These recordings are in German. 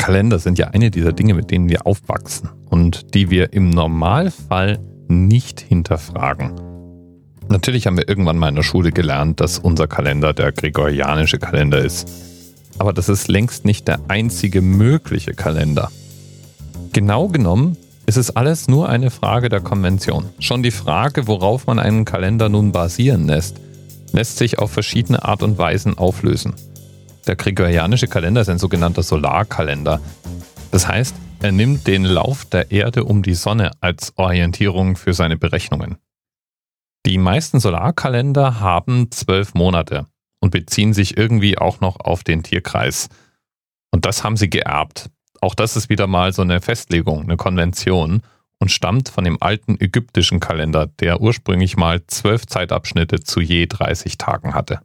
Kalender sind ja eine dieser Dinge, mit denen wir aufwachsen und die wir im Normalfall nicht hinterfragen. Natürlich haben wir irgendwann mal in der Schule gelernt, dass unser Kalender der gregorianische Kalender ist. Aber das ist längst nicht der einzige mögliche Kalender. Genau genommen ist es alles nur eine Frage der Konvention. Schon die Frage, worauf man einen Kalender nun basieren lässt sich auf verschiedene Art und Weisen auflösen. Der gregorianische Kalender ist ein sogenannter Solarkalender. Das heißt, er nimmt den Lauf der Erde um die Sonne als Orientierung für seine Berechnungen. Die meisten Solarkalender haben 12 Monate und beziehen sich irgendwie auch noch auf den Tierkreis. Und das haben sie geerbt. Auch das ist wieder mal so eine Festlegung, eine Konvention und stammt von dem alten ägyptischen Kalender, der ursprünglich mal 12 Zeitabschnitte zu je 30 Tagen hatte.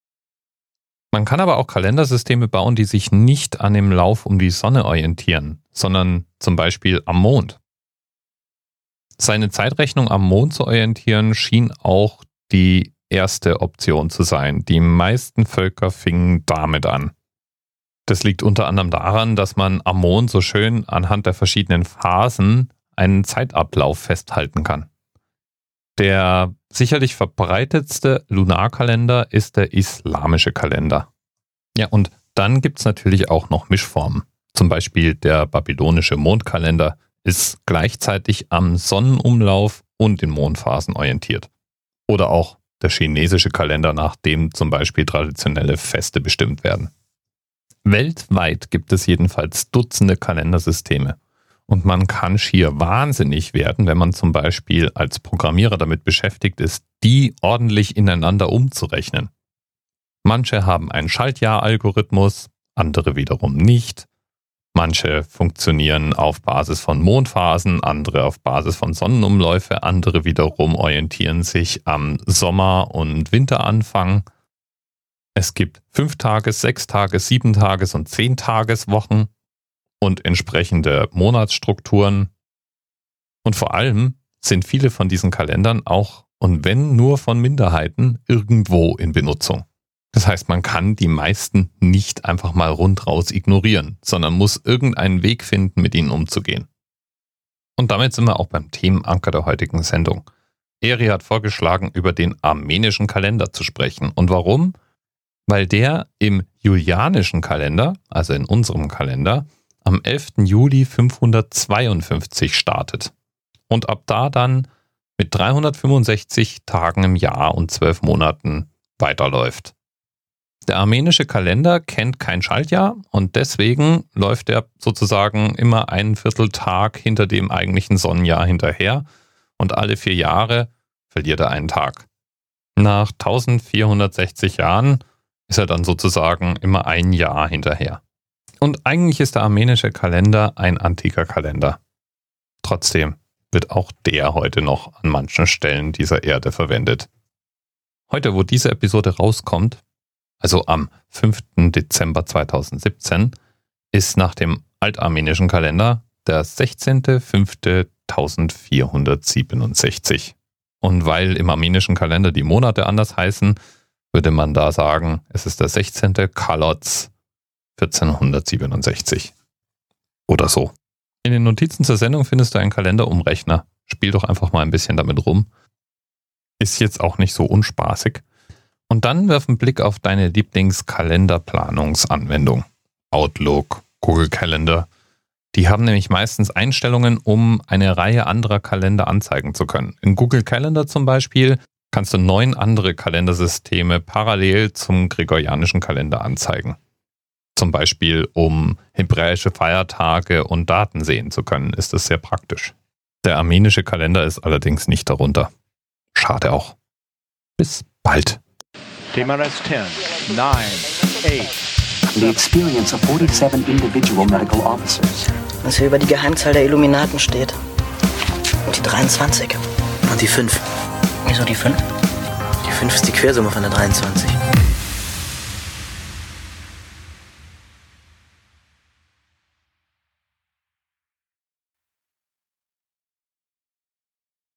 Man kann aber auch Kalendersysteme bauen, die sich nicht an dem Lauf um die Sonne orientieren, sondern zum Beispiel am Mond. Seine Zeitrechnung am Mond zu orientieren schien auch die erste Option zu sein. Die meisten Völker fingen damit an. Das liegt unter anderem daran, dass man am Mond so schön anhand der verschiedenen Phasen einen Zeitablauf festhalten kann. Der sicherlich verbreitetste Lunarkalender ist der islamische Kalender. Ja, und dann gibt es natürlich auch noch Mischformen. Zum Beispiel der babylonische Mondkalender ist gleichzeitig am Sonnenumlauf und den Mondphasen orientiert. Oder auch der chinesische Kalender, nach dem zum Beispiel traditionelle Feste bestimmt werden. Weltweit gibt es jedenfalls Dutzende Kalendersysteme. Und man kann schier wahnsinnig werden, wenn man zum Beispiel als Programmierer damit beschäftigt ist, die ordentlich ineinander umzurechnen. Manche haben einen Schaltjahr-Algorithmus, andere wiederum nicht. Manche funktionieren auf Basis von Mondphasen, andere auf Basis von Sonnenumläufe, andere wiederum orientieren sich am Sommer- und Winteranfang. Es gibt 5-Tages-, 6-Tages-, 7-Tages- und 10-Tages-Wochen und entsprechende Monatsstrukturen. Und vor allem sind viele von diesen Kalendern auch, und wenn nur von Minderheiten, irgendwo in Benutzung. Das heißt, man kann die meisten nicht einfach mal rundraus ignorieren, sondern muss irgendeinen Weg finden, mit ihnen umzugehen. Und damit sind wir auch beim Themenanker der heutigen Sendung. Eri hat vorgeschlagen, über den armenischen Kalender zu sprechen. Und warum? Weil der im julianischen Kalender, also in unserem Kalender, am 11. Juli 552 startet und ab da dann mit 365 Tagen im Jahr und 12 Monaten weiterläuft. Der armenische Kalender kennt kein Schaltjahr und deswegen läuft er sozusagen immer einen Vierteltag hinter dem eigentlichen Sonnenjahr hinterher und alle 4 Jahre verliert er einen Tag. Nach 1460 Jahren ist er dann sozusagen immer ein Jahr hinterher. Und eigentlich ist der armenische Kalender ein antiker Kalender. Trotzdem wird auch der heute noch an manchen Stellen dieser Erde verwendet. Heute, wo diese Episode rauskommt, also am 5. Dezember 2017, ist nach dem altarmenischen Kalender der 16.05.1467. Und weil im armenischen Kalender die Monate anders heißen, würde man da sagen, es ist der 16. Kaloz 1467. Oder so. In den Notizen zur Sendung findest du einen Kalenderumrechner. Spiel doch einfach mal ein bisschen damit rum. Ist jetzt auch nicht so unspaßig. Und dann wirf einen Blick auf deine Lieblingskalenderplanungsanwendung. Outlook, Google Calendar. Die haben nämlich meistens Einstellungen, um eine Reihe anderer Kalender anzeigen zu können. In Google Calendar zum Beispiel kannst du 9 andere Kalendersysteme parallel zum gregorianischen Kalender anzeigen. Zum Beispiel, um hebräische Feiertage und Daten sehen zu können, ist das sehr praktisch. Der armenische Kalender ist allerdings nicht darunter. Schade auch. Bis bald. TMRS 10, 9, 8. The experience of 47 individual medical officers. Was hier über die Geheimzahl der Illuminaten steht. Und die 23. Und die 5. Wieso die 5? Die 5 ist die Quersumme von der 23.